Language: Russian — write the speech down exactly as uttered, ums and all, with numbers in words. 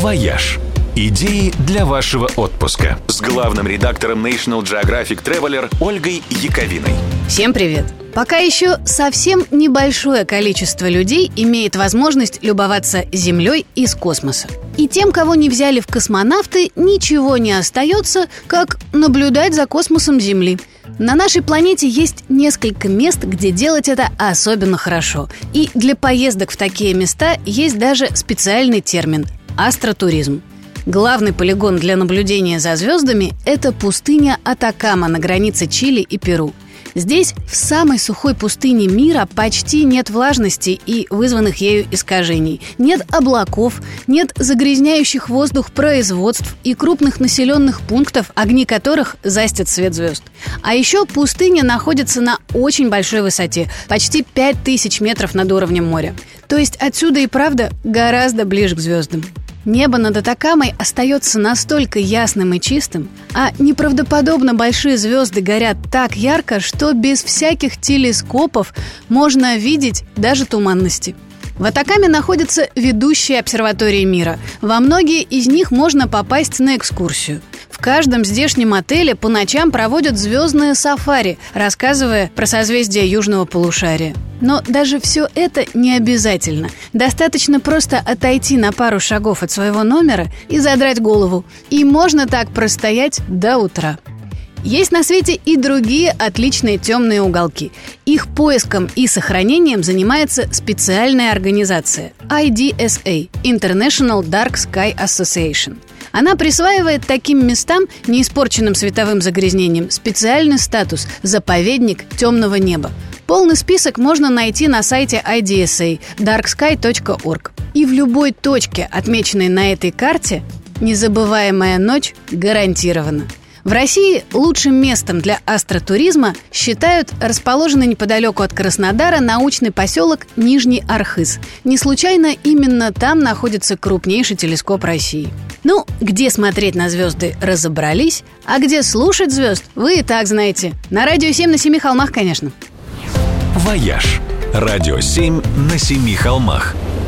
«Вояж». Идеи для вашего отпуска с главным редактором National Geographic Traveler Ольгой Яковиной. Всем привет! Пока еще совсем небольшое количество людей имеет возможность любоваться Землей из космоса. И тем, кого не взяли в космонавты, ничего не остается, как наблюдать за космосом Земли. На нашей планете есть несколько мест, где делать это особенно хорошо. И для поездок в такие места есть даже специальный термин – астротуризм. Главный полигон для наблюдения за звездами – это пустыня Атакама на границе Чили и Перу. Здесь, в самой сухой пустыне мира, почти нет влажности и вызванных ею искажений. Нет облаков, нет загрязняющих воздух производств и крупных населенных пунктов, огни которых застят свет звезд. А еще пустыня находится на очень большой высоте – почти пять тысяч метров над уровнем моря. То есть отсюда и правда гораздо ближе к звездам. Небо над Атакамой остается настолько ясным и чистым, а неправдоподобно большие звезды горят так ярко, что без всяких телескопов можно видеть даже туманности. В Атакаме находятся ведущие обсерватории мира. Во многие из них можно попасть на экскурсию. В каждом здешнем отеле по ночам проводят звездное сафари, рассказывая про созвездия южного полушария. Но даже все это не обязательно. Достаточно просто отойти на пару шагов от своего номера и задрать голову. И можно так простоять до утра. Есть на свете и другие отличные темные уголки. Их поиском и сохранением занимается специальная организация ай ди эс эй – International Dark Sky Association. Она присваивает таким местам, не испорченным световым загрязнением, специальный статус – заповедник темного неба. Полный список можно найти на сайте ай ди эс эй дарк скай точка орг. И в любой точке, отмеченной на этой карте, незабываемая ночь гарантирована. В России лучшим местом для астротуризма считают расположенный неподалеку от Краснодара научный поселок Нижний Архыз. Не случайно именно там находится крупнейший телескоп России. Ну, где смотреть на звезды разобрались, а где слушать звезд вы и так знаете. На радио семь на семи холмах, конечно. «Вояж». Радио семь на семи холмах.